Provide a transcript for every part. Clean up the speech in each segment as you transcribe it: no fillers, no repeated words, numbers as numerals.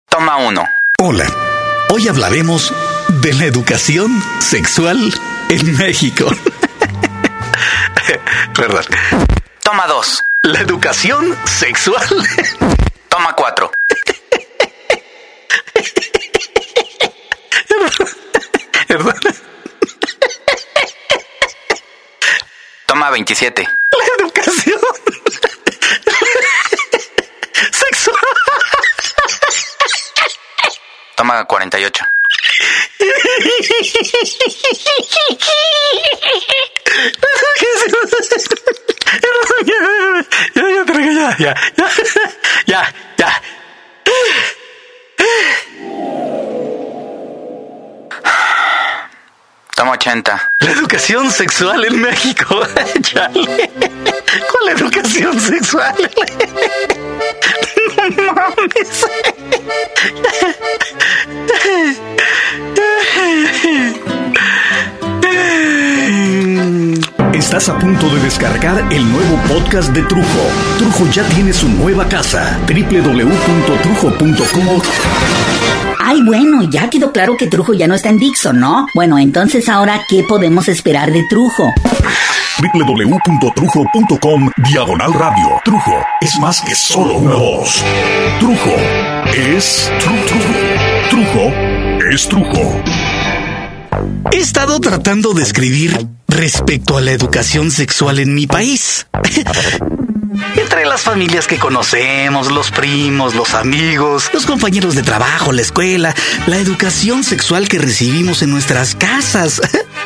Toma 1. Hola, hoy hablaremos de la educación sexual en México. Perdón. Toma 2. La educación sexual. Toma 4. Perdón. Toma 27. La educación sexual. Toma 48. Ya. Toma 80. La educación sexual en México. Chale. ¿Cuál educación sexual? No mames. Estás a punto de descargar el nuevo podcast de Trujo. Trujo ya tiene su nueva casa. www.trujo.com. Ay, bueno, ya quedó claro que Trujo ya no está en Dixon, ¿no? Bueno, entonces ahora, ¿qué podemos esperar de Trujo? www.trujo.com/radio. Trujo es más que solo una voz. Trujo es Trujo. Trujo es Trujo. He estado tratando de escribir respecto a la educación sexual en mi país. Entre las familias que conocemos, los primos, los amigos, los compañeros de trabajo, la escuela, la educación sexual que recibimos en nuestras casas.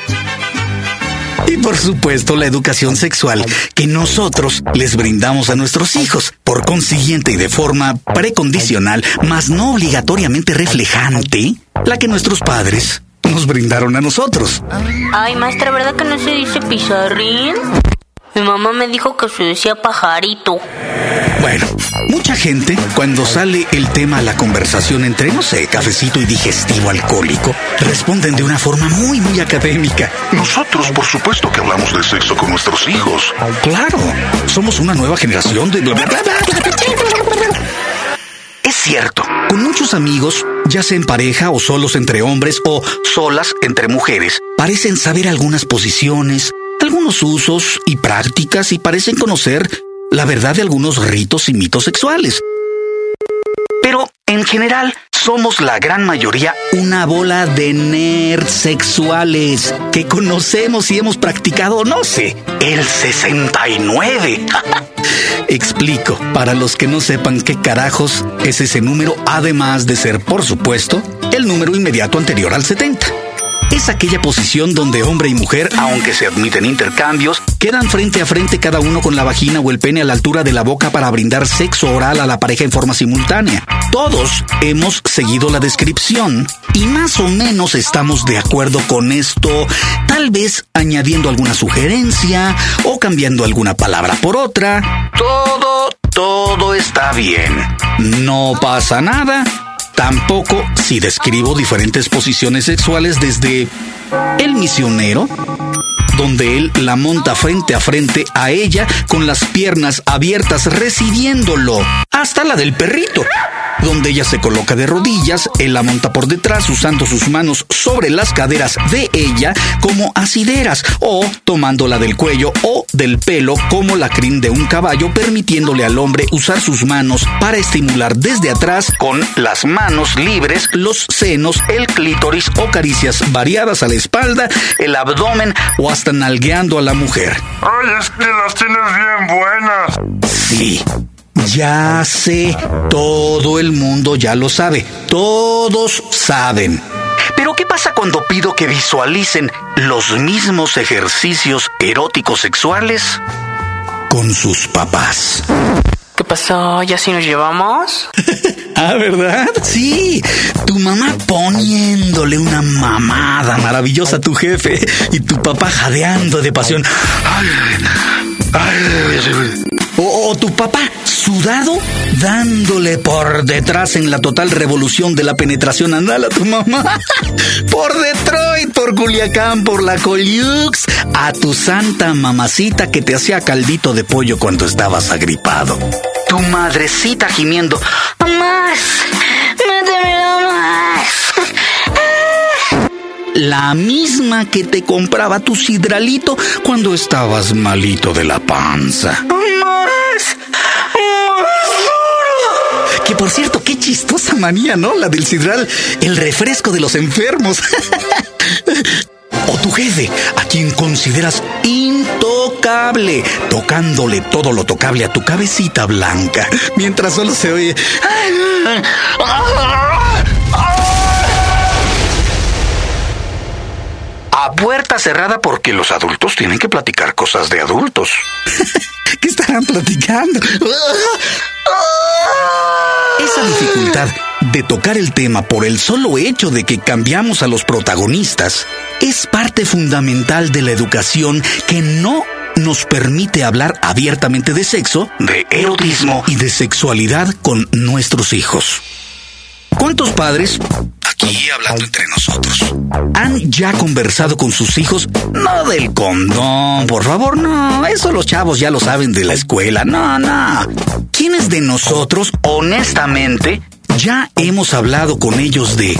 Y por supuesto la educación sexual que nosotros les brindamos a nuestros hijos, por consiguiente y de forma precondicional, mas no obligatoriamente reflejante, la que nuestros padres nos brindaron a nosotros. Ay, maestra, ¿verdad que no se dice pizarrín? Mi mamá me dijo que se decía pajarito. Bueno, mucha gente, cuando sale el tema a la conversación entre, no sé, cafecito y digestivo alcohólico, responden de una forma muy académica. Nosotros, por supuesto que hablamos de sexo con nuestros hijos. Claro, somos una nueva generación de... Es cierto, con muchos amigos, ya sea en pareja o solos entre hombres o solas entre mujeres, parecen saber algunas posiciones, algunos usos y prácticas y parecen conocer la verdad de algunos ritos y mitos sexuales. Pero, en general, somos la gran mayoría una bola de nerds sexuales que conocemos y hemos practicado, no sé, el 69. Explico, para los que no sepan qué carajos es ese número, además de ser, por supuesto, el número inmediato anterior al 70. Es aquella posición donde hombre y mujer, aunque se admiten intercambios, quedan frente a frente cada uno con la vagina o el pene a la altura de la boca para brindar sexo oral a la pareja en forma simultánea. Todos hemos seguido la descripción y más o menos estamos de acuerdo con esto, tal vez añadiendo alguna sugerencia o cambiando alguna palabra por otra. Todo está bien. No pasa nada. Tampoco si describo diferentes posiciones sexuales desde el misionero, donde él la monta frente a frente a ella con las piernas abiertas recibiéndolo, hasta la del perrito, donde ella se coloca de rodillas, él la monta por detrás usando sus manos sobre las caderas de ella como asideras o tomándola del cuello o del pelo como la crin de un caballo, permitiéndole al hombre usar sus manos para estimular desde atrás con las manos libres los senos, el clítoris o caricias variadas a la espalda, el abdomen o hasta nalgueando a la mujer. Ay, es que las tienes bien buenas. Sí. Ya sé, todo el mundo ya lo sabe, todos saben. Pero ¿qué pasa cuando pido que visualicen los mismos ejercicios eróticos sexuales con sus papás? ¿Qué pasó? ¿Ya si nos llevamos? Ah, ¿verdad? Sí, tu mamá poniéndole una mamada maravillosa a tu jefe y tu papá jadeando de pasión. O tu papá sudado dándole por detrás en la total revolución de la penetración anal a tu mamá. Por Detroit, por Culiacán, por la Coliux, a tu santa mamacita que te hacía caldito de pollo cuando estabas agripado. Tu madrecita gimiendo: ¡Mamás! ¡Me la misma que te compraba tu sidralito cuando estabas malito de la panza. Que por cierto, qué chistosa manía, ¿no? La del sidral, el refresco de los enfermos. O tu jefe, a quien consideras intocable, tocándole todo lo tocable a tu cabecita blanca, mientras solo se oye... A puerta cerrada porque los adultos tienen que platicar cosas de adultos. ¿Qué estarán platicando? Esa dificultad de tocar el tema por el solo hecho de que cambiamos a los protagonistas es parte fundamental de la educación que no nos permite hablar abiertamente de sexo, de erotismo y de sexualidad con nuestros hijos. ¿Cuántos padres, aquí hablando entre nosotros, han ya conversado con sus hijos? No del condón, por favor, no. Eso los chavos ya lo saben de la escuela. No. ¿Quiénes de nosotros, honestamente, ya hemos hablado con ellos de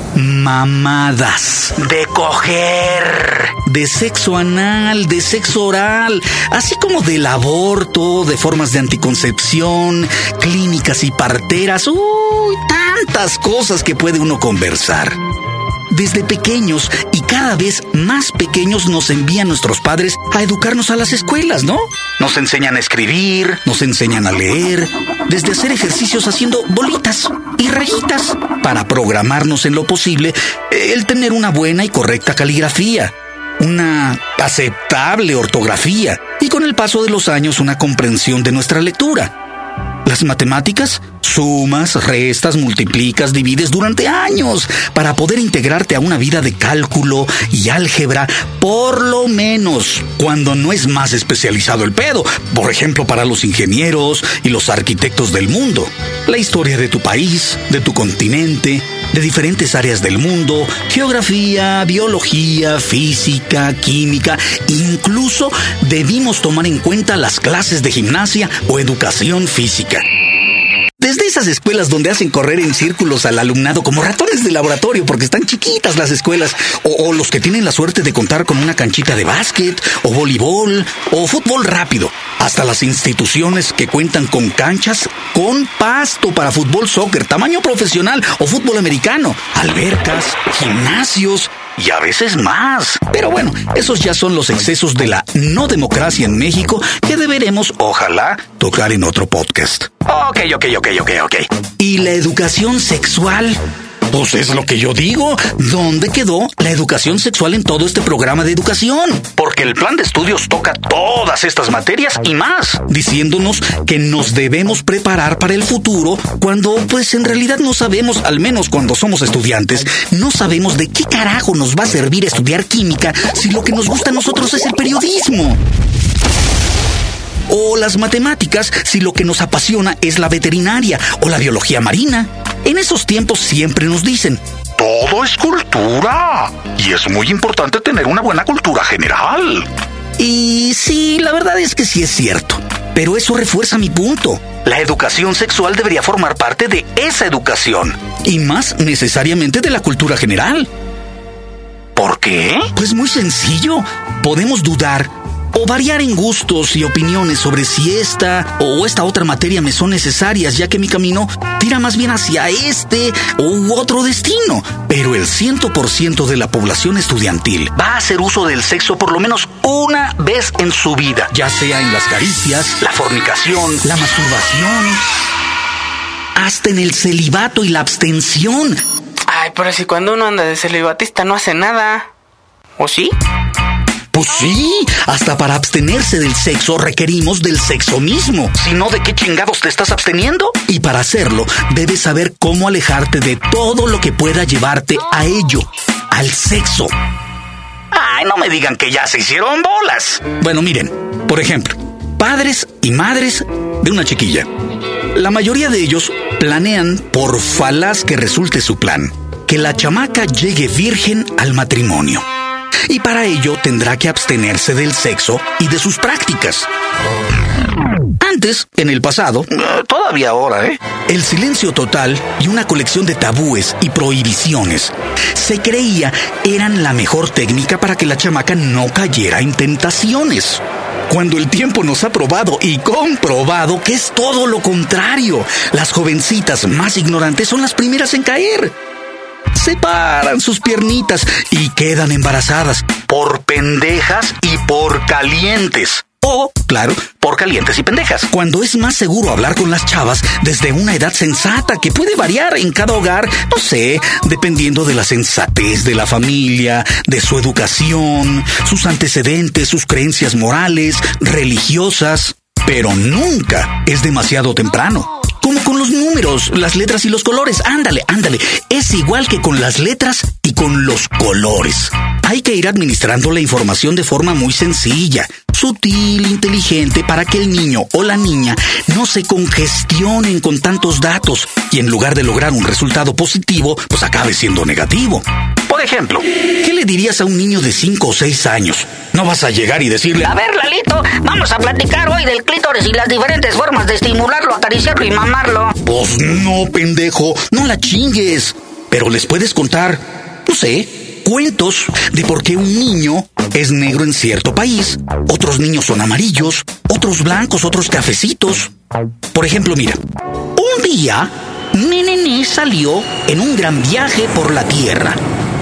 mamadas, de coger, de sexo anal, de sexo oral, así como del aborto, de formas de anticoncepción, clínicas y parteras? Tantas cosas que puede uno conversar. Desde pequeños y cada vez más pequeños nos envían nuestros padres a educarnos a las escuelas, ¿no? Nos enseñan a escribir, nos enseñan a leer, desde hacer ejercicios haciendo bolitas y rayitas para programarnos en lo posible el tener una buena y correcta caligrafía, una aceptable ortografía y con el paso de los años una comprensión de nuestra lectura. Las matemáticas, sumas, restas, multiplicas, divides durante años para poder integrarte a una vida de cálculo y álgebra, por lo menos cuando no es más especializado el pedo, por ejemplo para los ingenieros y los arquitectos del mundo. La historia de tu país, de tu continente, de diferentes áreas del mundo, geografía, biología, física, química, incluso debimos tomar en cuenta las clases de gimnasia o educación física. Desde esas escuelas donde hacen correr en círculos al alumnado como ratones de laboratorio porque están chiquitas las escuelas, o los que tienen la suerte de contar con una canchita de básquet, o voleibol, o fútbol rápido, hasta las instituciones que cuentan con canchas con pasto para fútbol, soccer, tamaño profesional o fútbol americano, albercas, gimnasios y a veces más. Pero bueno, esos ya son los excesos de la no democracia en México que deberemos, ojalá, tocar en otro podcast. Ok. ¿Y la educación sexual? Pues es lo que yo digo. ¿Dónde quedó la educación sexual en todo este programa de educación? Porque el plan de estudios toca todas estas materias y más, diciéndonos que nos debemos preparar para el futuro cuando, pues en realidad no sabemos, al menos cuando somos estudiantes, no sabemos de qué carajo nos va a servir estudiar química si lo que nos gusta a nosotros es el periodismo. O las matemáticas si lo que nos apasiona es la veterinaria o la biología marina. En esos tiempos siempre nos dicen: todo es cultura y es muy importante tener una buena cultura general. Y sí, la verdad es que sí es cierto, pero eso refuerza mi punto. La educación sexual debería formar parte de esa educación y más necesariamente de la cultura general. ¿Por qué? Pues muy sencillo. Podemos dudar o variar en gustos y opiniones sobre si esta o esta otra materia me son necesarias, ya que mi camino tira más bien hacia este u otro destino. Pero el 100% de la población estudiantil va a hacer uso del sexo por lo menos una vez en su vida, ya sea en las caricias, la fornicación, la masturbación, hasta en el celibato y la abstención. Ay, pero si cuando uno anda de celibatista no hace nada, ¿o sí? Pues sí, hasta para abstenerse del sexo requerimos del sexo mismo. Si no, ¿de qué chingados te estás absteniendo? Y para hacerlo, debes saber cómo alejarte de todo lo que pueda llevarte a ello, al sexo. Ay, no me digan que ya se hicieron bolas. Bueno, miren, por ejemplo, padres y madres de una chiquilla. La mayoría de ellos planean, por falaz que resulte su plan, que la chamaca llegue virgen al matrimonio. Y para ello tendrá que abstenerse del sexo y de sus prácticas. Antes, en el pasado, todavía ahora, el silencio total y una colección de tabúes y prohibiciones se creía eran la mejor técnica para que la chamaca no cayera en tentaciones. Cuando el tiempo nos ha probado y comprobado que es todo lo contrario. Las jovencitas más ignorantes son las primeras en caer. Separan sus piernitas y quedan embarazadas por pendejas y por calientes. O, claro, por calientes y pendejas. Cuando es más seguro hablar con las chavas desde una edad sensata que puede variar en cada hogar, no sé, dependiendo de la sensatez de la familia, de su educación, sus antecedentes, sus creencias morales, religiosas. Pero nunca es demasiado temprano. Como con los números, las letras y los colores. Ándale. Es igual que con las letras y con los colores. Hay que ir administrando la información de forma muy sencilla, sutil, inteligente, para que el niño o la niña no se congestionen con tantos datos y en lugar de lograr un resultado positivo, pues acabe siendo negativo. Por ejemplo, ¿qué le dirías a un niño de 5 o 6 años? No vas a llegar y decirle: a ver, Lalito, vamos a platicar hoy del clítoris y las diferentes formas de estimularlo, acariciarlo y mamarlo. Pues no, pendejo, no la chingues. Pero les puedes contar, no sé, cuentos de por qué un niño es negro en cierto país, otros niños son amarillos, otros blancos, otros cafecitos. Por ejemplo, mira, un día, Nenené salió en un gran viaje por la tierra.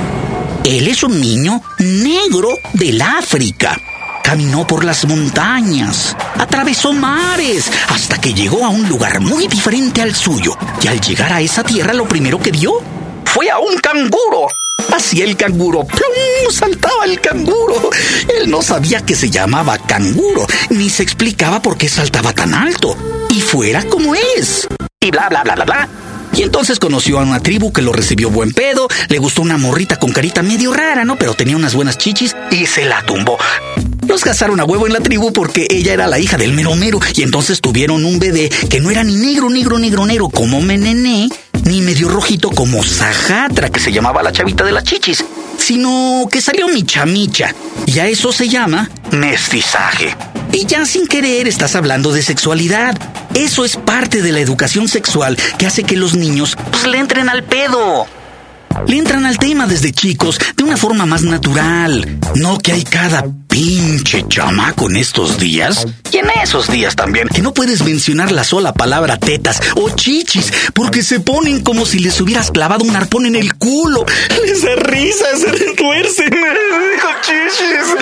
Él es un niño negro del África. Caminó por las montañas, atravesó mares, hasta que llegó a un lugar muy diferente al suyo. Y al llegar a esa tierra, lo primero que vio fue a un canguro. Hacía el canguro, ¡plum!, saltaba el canguro. Él no sabía que se llamaba canguro, ni se explicaba por qué saltaba tan alto. Y fuera como es. Y bla, bla, bla, bla, bla. Y entonces conoció a una tribu que lo recibió buen pedo. Le gustó una morrita con carita medio rara, ¿no? Pero tenía unas buenas chichis y se la tumbó. Los casaron a huevo en la tribu porque ella era la hija del mero mero. Y entonces tuvieron un bebé que no era ni negro como Nenené, ni medio rojito como Sajatra, que se llamaba la chavita de las chichis, sino que salió micha. Y a eso se llama mestizaje. Y ya sin querer estás hablando de sexualidad. Eso es parte de la educación sexual que hace que los niños pues le entren al pedo. Le entran al tema desde chicos de una forma más natural. No que hay cada pinche chamaco en estos días, y en esos días también, que no puedes mencionar la sola palabra tetas o chichis, porque se ponen como si les hubieras clavado un arpón en el culo. Les da risa, se retuercen. Dijo chichis.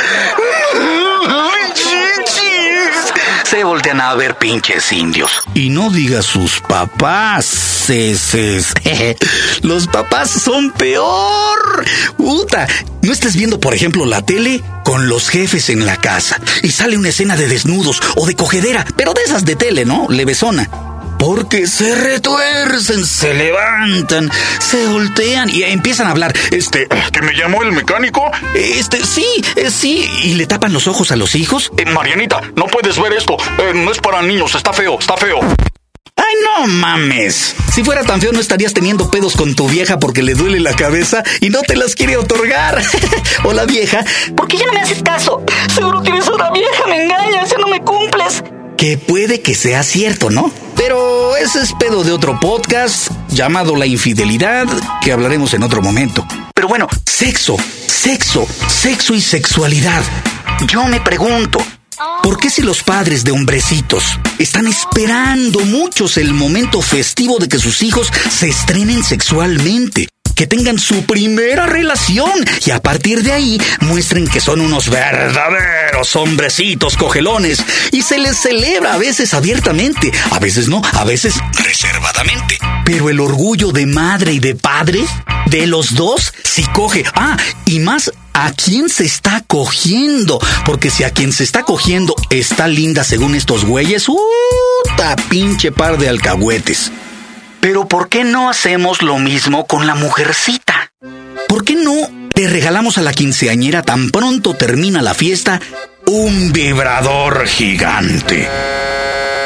Se voltean a ver pinches indios. Y no digas sus papás, los papás son peor. Puta, no estés viendo, por ejemplo, la tele con los jefes en la casa y sale una escena de desnudos o de cogedera, pero de esas de tele, ¿no? Levesona. Porque se retuercen, se levantan, se voltean y empiezan a hablar. ¿Que me llamó el mecánico? Sí. Y le tapan los ojos a los hijos. Marianita, no puedes ver esto. No es para niños, está feo. ¡Ay, no mames! Si fuera tan feo no estarías teniendo pedos con tu vieja porque le duele la cabeza y no te las quiere otorgar. O la vieja, ¿por qué ya no me haces caso? Seguro tienes una vieja, me engañas, ya no me cumples. Que puede que sea cierto, ¿no? Pero ese es pedo de otro podcast llamado La Infidelidad, que hablaremos en otro momento. Pero bueno, sexo y sexualidad. Yo me pregunto, ¿por qué si los padres de hombrecitos están esperando muchos el momento festivo de que sus hijos se estrenen sexualmente? Que tengan su primera relación y a partir de ahí muestren que son unos verdaderos hombrecitos cogelones y se les celebra a veces abiertamente, a veces no, a veces reservadamente. Pero el orgullo de madre y de padre de los dos sí coge. Y más a quién se está cogiendo, porque si a quien se está cogiendo está linda según estos güeyes, ¡puta pinche par de alcahuetes! Pero ¿por qué no hacemos lo mismo con la mujercita? ¿Por qué no le regalamos a la quinceañera tan pronto termina la fiesta un vibrador gigante?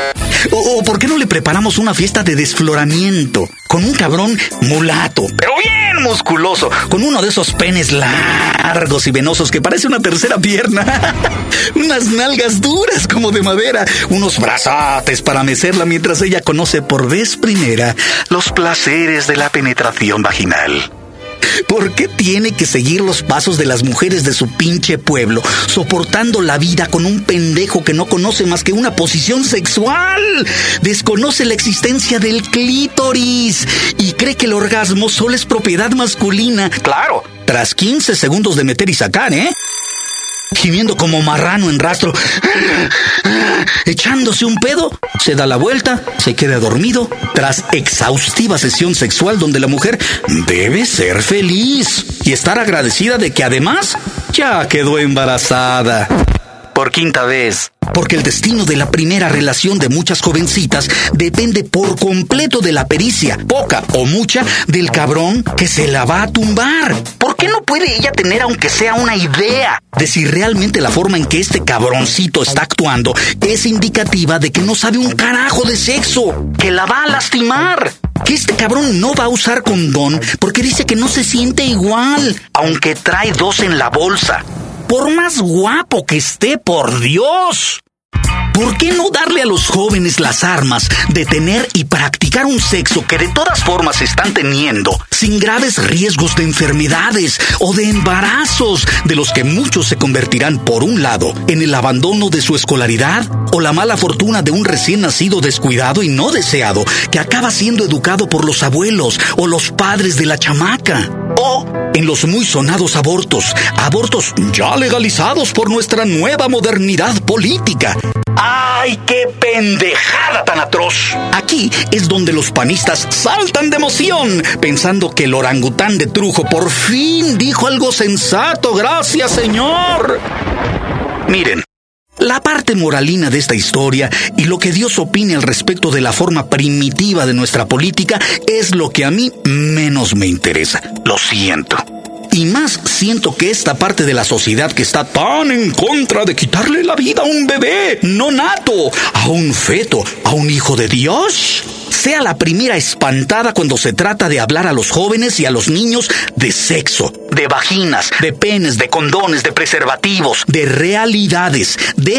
O ¿por qué no le preparamos una fiesta de desfloramiento? Con un cabrón mulato, pero bien musculoso, con uno de esos penes largos y venosos que parece una tercera pierna. Unas nalgas duras como de madera, unos brazotes para mecerla mientras ella conoce por vez primera los placeres de la penetración vaginal. ¿Por qué tiene que seguir los pasos de las mujeres de su pinche pueblo, soportando la vida con un pendejo que no conoce más que una posición sexual? Desconoce la existencia del clítoris y cree que el orgasmo solo es propiedad masculina. Claro, tras 15 segundos de meter y sacar, gimiendo como marrano en rastro, echándose un pedo, se da la vuelta, se queda dormido, tras exhaustiva sesión sexual donde la mujer debe ser feliz y estar agradecida de que además ya quedó embarazada. Por quinta vez. Porque el destino de la primera relación de muchas jovencitas depende por completo de la pericia, poca o mucha, del cabrón que se la va a tumbar. ¿Por qué no puede ella tener aunque sea una idea de si realmente la forma en que este cabroncito está actuando es indicativa de que no sabe un carajo de sexo, que la va a lastimar? Que este cabrón no va a usar condón porque dice que no se siente igual, aunque trae 2 en la bolsa. Por más guapo que esté, por Dios. ¿Por qué no darle a los jóvenes las armas de tener y practicar un sexo que de todas formas están teniendo, sin graves riesgos de enfermedades o de embarazos, de los que muchos se convertirán, por un lado, en el abandono de su escolaridad o la mala fortuna de un recién nacido descuidado y no deseado, que acaba siendo educado por los abuelos o los padres de la chamaca? O en los muy sonados abortos ya legalizados por nuestra nueva modernidad política. ¡Ay, qué pendejada tan atroz! Aquí es donde los panistas saltan de emoción, pensando que el orangután de Trujo por fin dijo algo sensato. ¡Gracias, señor! Miren, la parte moralina de esta historia y lo que Dios opine al respecto de la forma primitiva de nuestra política es lo que a mí menos me interesa. Lo siento. Y más siento que esta parte de la sociedad que está tan en contra de quitarle la vida a un bebé no nato, a un feto, a un hijo de Dios, sea la primera espantada cuando se trata de hablar a los jóvenes y a los niños de sexo, de vaginas, de penes, de condones, de preservativos, de realidades.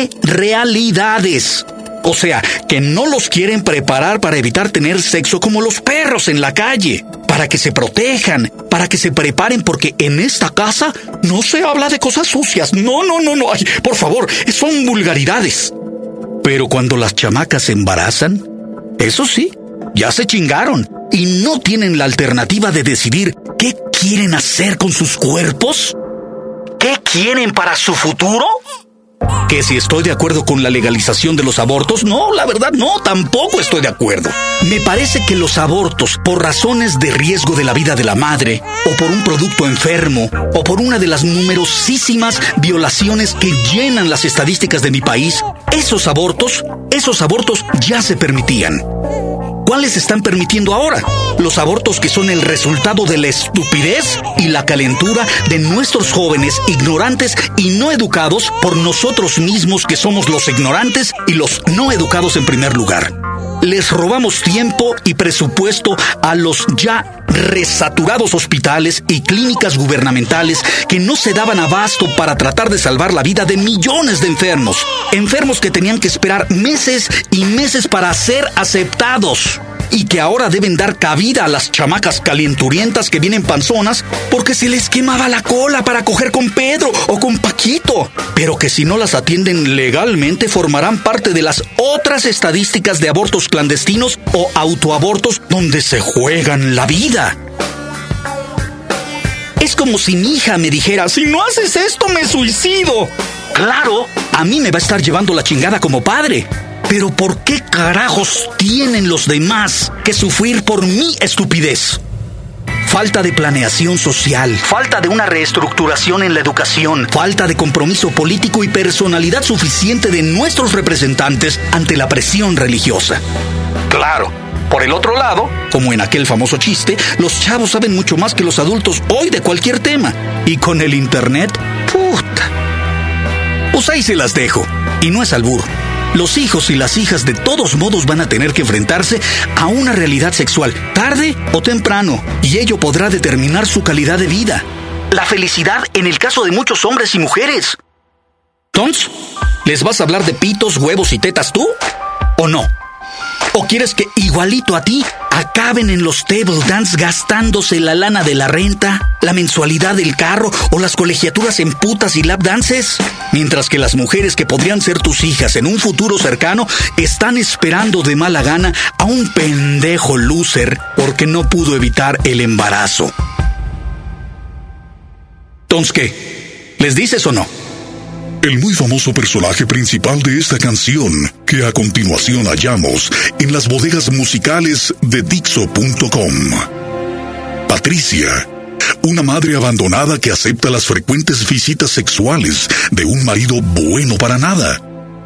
O sea, que no los quieren preparar para evitar tener sexo como los perros en la calle, para que se protejan, para que se preparen, porque en esta casa no se habla de cosas sucias. No. Ay, por favor, son vulgaridades. Pero cuando las chamacas se embarazan, eso sí, ya se chingaron y no tienen la alternativa de decidir qué quieren hacer con sus cuerpos. ¿Qué quieren para su futuro? ¿Que si estoy de acuerdo con la legalización de los abortos? No, la verdad no, tampoco estoy de acuerdo. Me parece que los abortos, por razones de riesgo de la vida de la madre, o por un producto enfermo, o por una de las numerosísimas violaciones que llenan las estadísticas de mi país, esos abortos ya se permitían. ¿Cuáles están permitiendo ahora? Los abortos que son el resultado de la estupidez y la calentura de nuestros jóvenes ignorantes y no educados por nosotros mismos, que somos los ignorantes y los no educados en primer lugar. Les robamos tiempo y presupuesto a los ya resaturados hospitales y clínicas gubernamentales que no se daban abasto para tratar de salvar la vida de millones de enfermos que tenían que esperar meses y meses para ser aceptados, y que ahora deben dar cabida a las chamacas calenturientas que vienen panzonas porque se les quemaba la cola para coger con Pedro o con Paquito, pero que si no las atienden legalmente formarán parte de las otras estadísticas de abortos clandestinos o autoabortos donde se juegan la vida. Es como si mi hija me dijera: si no haces esto me suicido. Claro, a mí me va a estar llevando la chingada como padre. Pero ¿por qué carajos tienen los demás que sufrir por mi estupidez? Falta de planeación social, falta de una reestructuración en la educación, falta de compromiso político y personalidad suficiente de nuestros representantes ante la presión religiosa. Claro, por el otro lado, como en aquel famoso chiste, los chavos saben mucho más que los adultos hoy de cualquier tema. Y con el internet, puta. Pues ahí se las dejo. Y no es albur. Los hijos y las hijas de todos modos van a tener que enfrentarse a una realidad sexual, tarde o temprano, y ello podrá determinar su calidad de vida. La felicidad en el caso de muchos hombres y mujeres. ¿Entonces, les vas a hablar de pitos, huevos y tetas tú? ¿O no? ¿O quieres que igualito a ti acaben en los table dance gastándose la lana de la renta, la mensualidad del carro o las colegiaturas en putas y lap dances? Mientras que las mujeres que podrían ser tus hijas en un futuro cercano están esperando de mala gana a un pendejo loser porque no pudo evitar el embarazo. ¿Entonces qué? ¿Les dices o no? El muy famoso personaje principal de esta canción, que a continuación hallamos en las bodegas musicales de Dixo.com. Patricia, una madre abandonada que acepta las frecuentes visitas sexuales de un marido bueno para nada.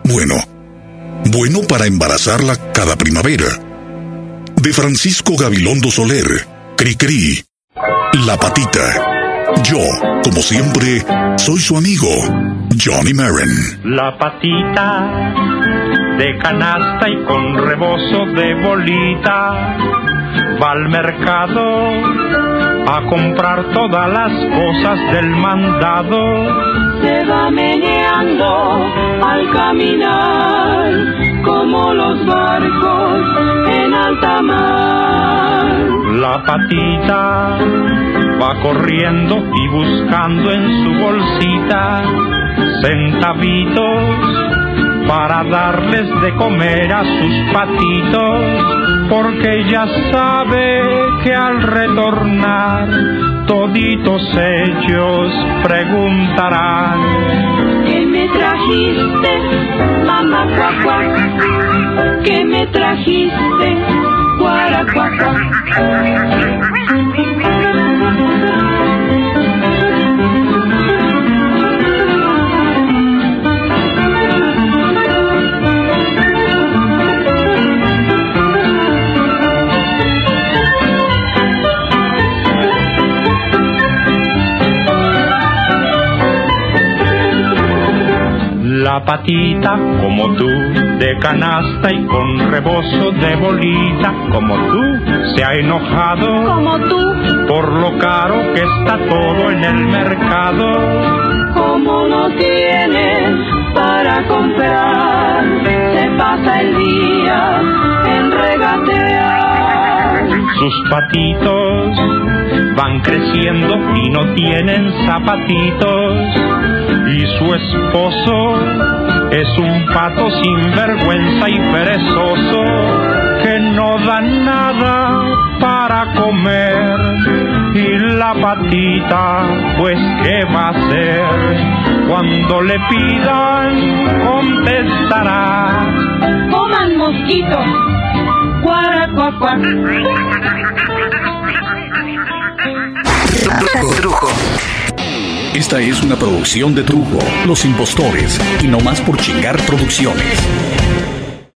Bueno para embarazarla cada primavera. De Francisco Gabilondo Soler, Cricri, La Patita. Yo, como siempre, soy su amigo, Johnny Marin. La patita de canasta y con rebozo de bolita va al mercado a comprar todas las cosas del mandado. Se va meneando al caminar como los barcos en alta mar. La patita va corriendo y buscando en su bolsita centavitos para darles de comer a sus patitos, porque ella sabe que al retornar toditos ellos preguntarán: ¿qué me trajiste, mamá cuacuá? ¿Qué me trajiste, guaracuacuá? La patita, como tú, de canasta y con rebozo de bolita, como tú, se ha enojado, como tú, por lo caro que está todo en el mercado. Como no tiene para comprar, se pasa el día en regatear. Sus patitos van creciendo y no tienen zapatitos, y su esposo es un pato sin vergüenza y perezoso que no da nada para comer. Y la patita, pues ¿qué va a hacer? Cuando le pidan, contestará: coman mosquitos, guaracuacuá. Trujo. Esta es una producción de Trujo, Los Impostores y No Más por Chingar Producciones.